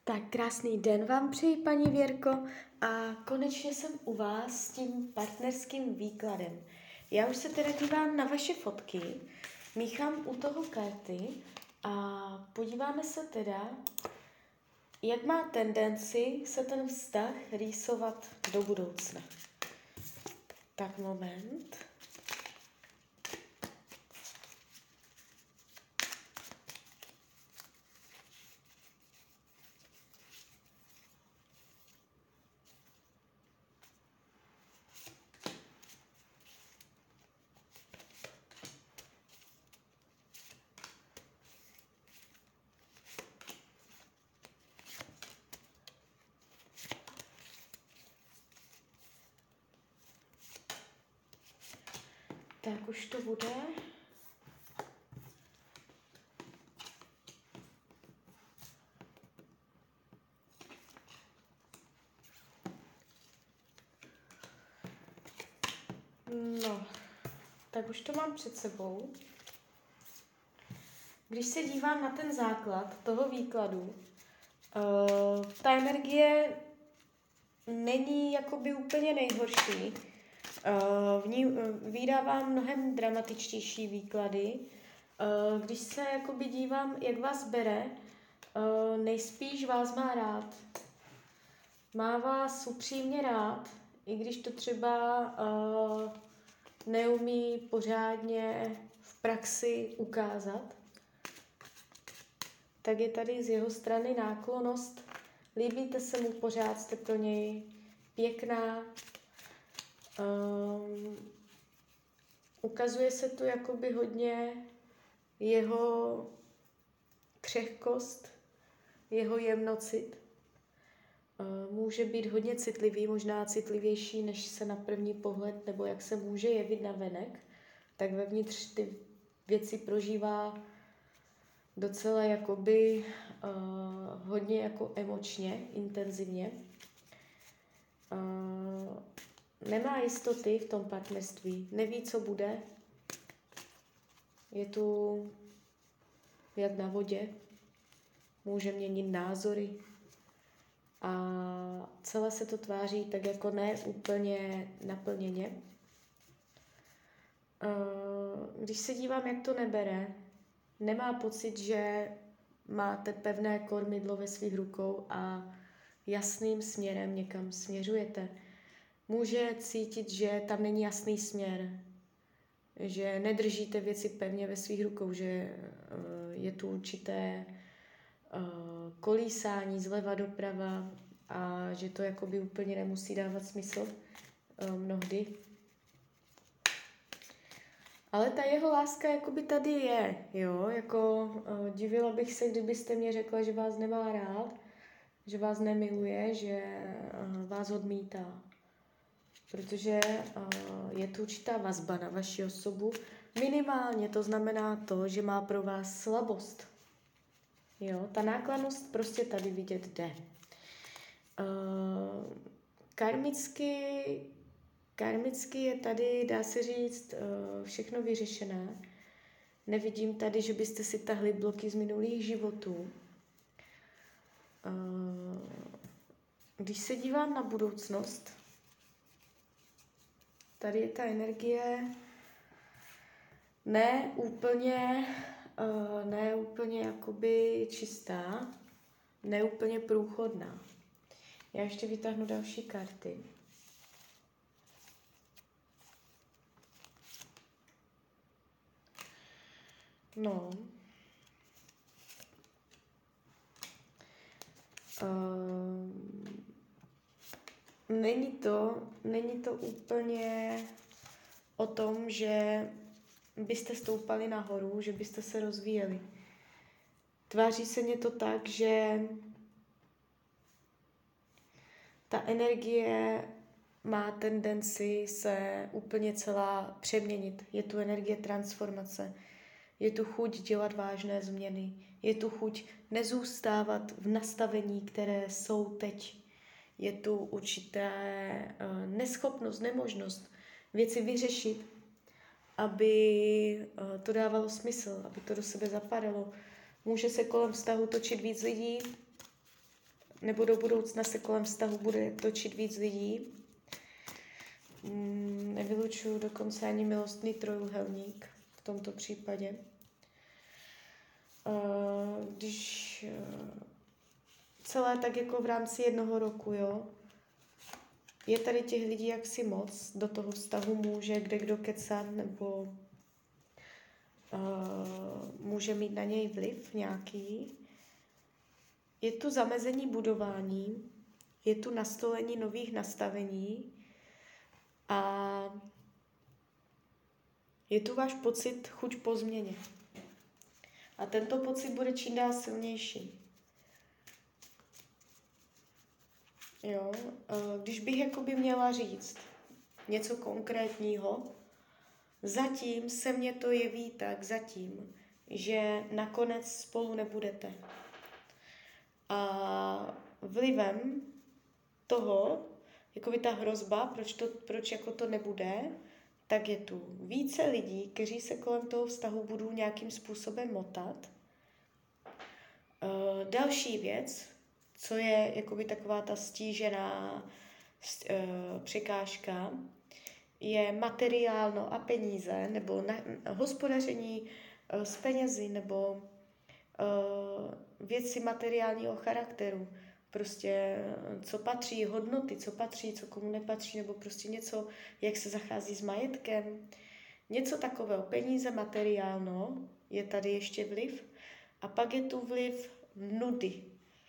Tak krásný den vám přeji, paní Věrko, a konečně jsem u vás s tím partnerským výkladem. Já už se teda dívám na vaše fotky, míchám u toho karty a podíváme se teda, jak má tendenci se ten vztah rýsovat do budoucna. Tak moment. Tak už to bude. No, tak už to mám před sebou. Když se dívám na ten základ toho výkladu, ta energie není jakoby úplně nejhorší. V ní vydávám mnohem dramatičtější výklady. Když se jakoby dívám, jak vás bere, nejspíš vás má rád. Má vás upřímně rád, i když to třeba neumí pořádně v praxi ukázat, tak je tady z jeho strany náklonnost. Líbíte se mu pořád, jste pro něj pěkná. Ukazuje se tu jakoby hodně jeho křehkost, jeho jemnocit. Může být hodně citlivý, možná citlivější, než se na první pohled, nebo jak se může jevit navenek, tak vevnitř ty věci prožívá docela jakoby hodně jako emočně, intenzivně. Nemá jistoty v tom partnerství, neví, co bude. Je tu jak na vodě, může měnit názory a celé se to tváří tak jako ne úplně naplněně. Když se dívám, jak to nebere, nemá pocit, že máte pevné kormidlo ve svých rukou a jasným směrem někam směřujete. Může cítit, že tam není jasný směr, že nedržíte věci pevně ve svých rukou, že je tu určité kolísání zleva doprava a že to jakoby úplně nemusí dávat smysl mnohdy. Ale ta jeho láska jakoby tady je, jo, jako divila bych se, kdybyste mě řekla, že vás nemá rád, že vás nemiluje, že vás odmítá. Protože je tu určitá vazba na vaši osobu. Minimálně to znamená to, že má pro vás slabost. Jo, ta nákladnost prostě tady vidět jde. Karmicky je tady, dá se říct, všechno vyřešené. Nevidím tady, že byste si tahli bloky z minulých životů. Když se dívám na budoucnost, tady je ta energie ne úplně jakoby čistá, ne úplně průchodná. Já ještě vytáhnu další karty. No. Není to úplně o tom, že byste stoupali nahoru, že byste se rozvíjeli. Tváří se mně to tak, že ta energie má tendenci se úplně celá přeměnit. Je tu energie transformace. Je tu chuť dělat vážné změny. Je tu chuť nezůstávat v nastavení, které jsou teď. Je tu určitá neschopnost, nemožnost věci vyřešit, aby to dávalo smysl, aby to do sebe zapadalo. Může se kolem vztahu točit víc lidí, nebo do budoucna se kolem vztahu bude točit víc lidí. Nevylučuju dokonce ani milostný trojúhelník v tomto případě. Když celé tak jako v rámci jednoho roku, jo, je tady těch lidí jaksi moc, do toho vztahu může kde kdo kecat, nebo může mít na něj vliv nějaký. Je tu zamezení budování, je tu nastolení nových nastavení a je tu váš pocit, chuť po změně. A tento pocit bude čím dál silnější. Jo, když bych jakoby měla říct něco konkrétního, zatím se mně to jeví tak, že nakonec spolu nebudete. A vlivem toho, jakoby ta hrozba, proč jako to nebude, tak je tu více lidí, kteří se kolem toho vztahu budou nějakým způsobem motat. Další věc, co je jakoby taková ta stížená překážka, je materiálno a peníze, nebo hospodaření s penězi, nebo věci materiálního charakteru. Prostě co patří, hodnoty, co patří, co komu nepatří, nebo prostě něco, jak se zachází s majetkem. Něco takového, peníze, materiálno, je tady ještě vliv. A pak je tu vliv nudy,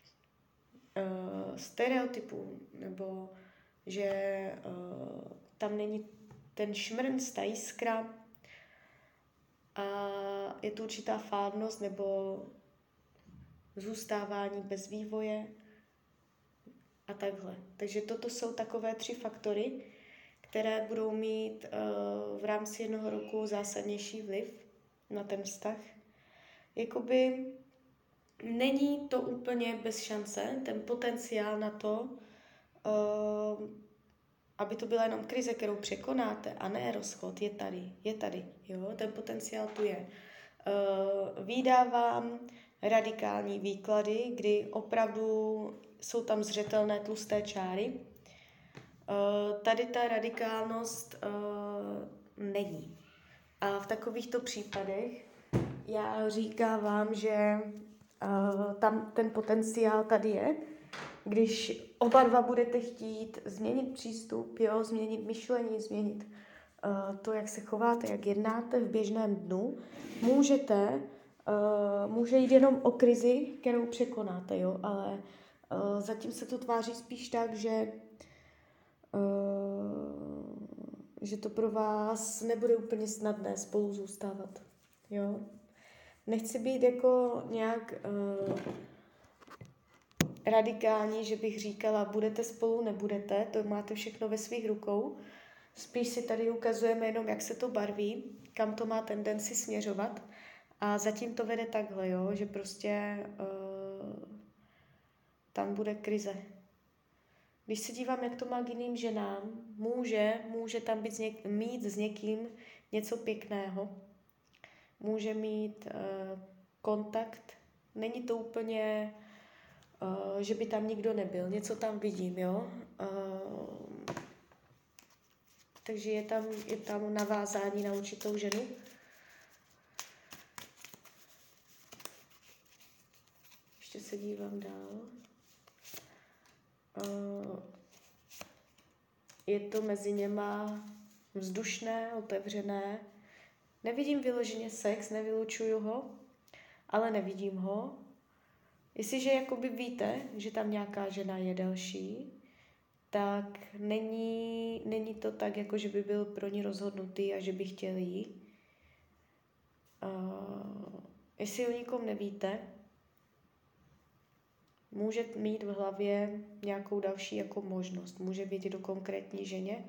stereotypů, nebo že tam není ten šmrnc, ta jiskra a je tu určitá fádnost nebo zůstávání bez vývoje a takhle. Takže toto jsou takové 3 faktory, které budou mít v rámci jednoho roku zásadnější vliv na ten vztah. Jakoby není to úplně bez šance, ten potenciál na to, aby to byla jenom krize, kterou překonáte, a ne rozchod, je tady, jo, ten potenciál tu je. Vídávám radikální výklady, kdy opravdu jsou tam zřetelné tlusté čáry. Tady ta radikálnost není. A v takovýchto případech já říkávám, že tam ten potenciál tady je, když oba dva budete chtít změnit přístup, jo, změnit myšlení, změnit to, jak se chováte, jak jednáte v běžném dnu, může jít jenom o krizi, kterou překonáte, jo, ale zatím se to tváří spíš tak, že to pro vás nebude úplně snadné spolu zůstávat, jo. Nechci být jako nějak radikální, že bych říkala, budete spolu, nebudete, to máte všechno ve svých rukou. Spíš si tady ukazujeme jenom, jak se to barví, kam to má tendenci směřovat. A zatím to vede takhle, jo, že prostě tam bude krize. Když se dívám, jak to má k jiným ženám, může tam mít s někým něco pěkného. Může mít kontakt. Není to úplně, že by tam nikdo nebyl. Něco tam vidím, jo. Takže je tam navázání na určitou ženu. Ještě se dívám dál. Je to mezi něma vzdušné, otevřené. Nevidím vyloženě sex, nevylučuju ho, ale nevidím ho. Jestliže jakoby víte, že tam nějaká žena je další, tak není to tak, jako že by byl pro ní rozhodnutý a že by chtěl jí. Jestli o nikom nevíte, může mít v hlavě nějakou další jako možnost. Může vědět o konkrétní ženě,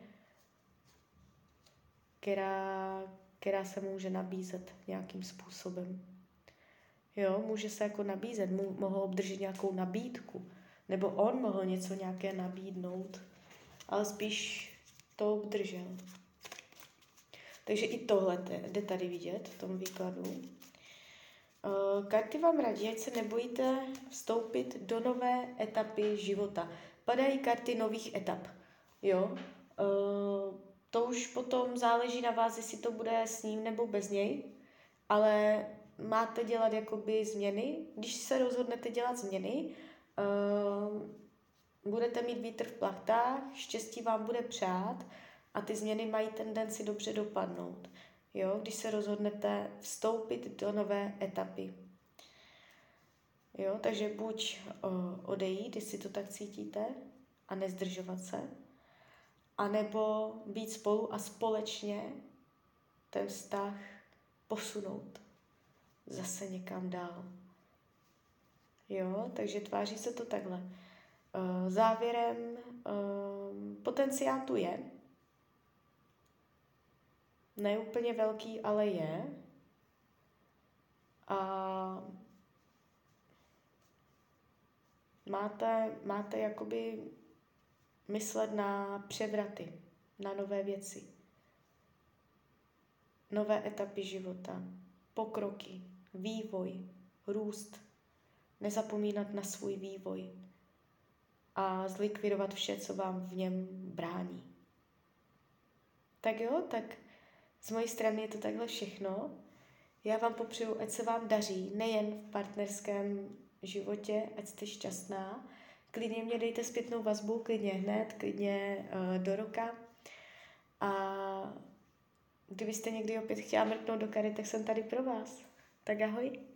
která se může nabízet nějakým způsobem. Jo, může se jako nabízet, mohl obdržet nějakou nabídku, nebo on mohl něco nějaké nabídnout, ale spíš to obdržel. Takže i tohle jde tady vidět v tom výkladu. Karty vám radí, ať se nebojíte vstoupit do nové etapy života. Padají karty nových etap. Jo? To už potom záleží na vás, jestli to bude s ním nebo bez něj, ale máte dělat jakoby změny. Když se rozhodnete dělat změny, budete mít vítr v plachtách, štěstí vám bude přát a ty změny mají tendenci dobře dopadnout. Jo? Když se rozhodnete vstoupit do nové etapy. Jo? Takže buď odejít, jestli to tak cítíte, a nezdržovat se, anebo být spolu a společně ten vztah posunout zase někam dál. Jo, takže tváří se to takhle. Závěrem potenciál tu je. Ne úplně velký, ale je. A máte jakoby myslet na převraty, na nové věci. Nové etapy života, pokroky, vývoj, růst. Nezapomínat na svůj vývoj a zlikvidovat vše, co vám v něm brání. Tak jo, tak z mojej strany je to takhle všechno. Já vám popřeju, ať se vám daří, nejen v partnerském životě, ať jste šťastná. Klidně mě dejte zpětnou vazbu, klidně hned, klidně do roka. A kdybyste někdy opět chtěla mrknout do karet, tak jsem tady pro vás. Tak ahoj.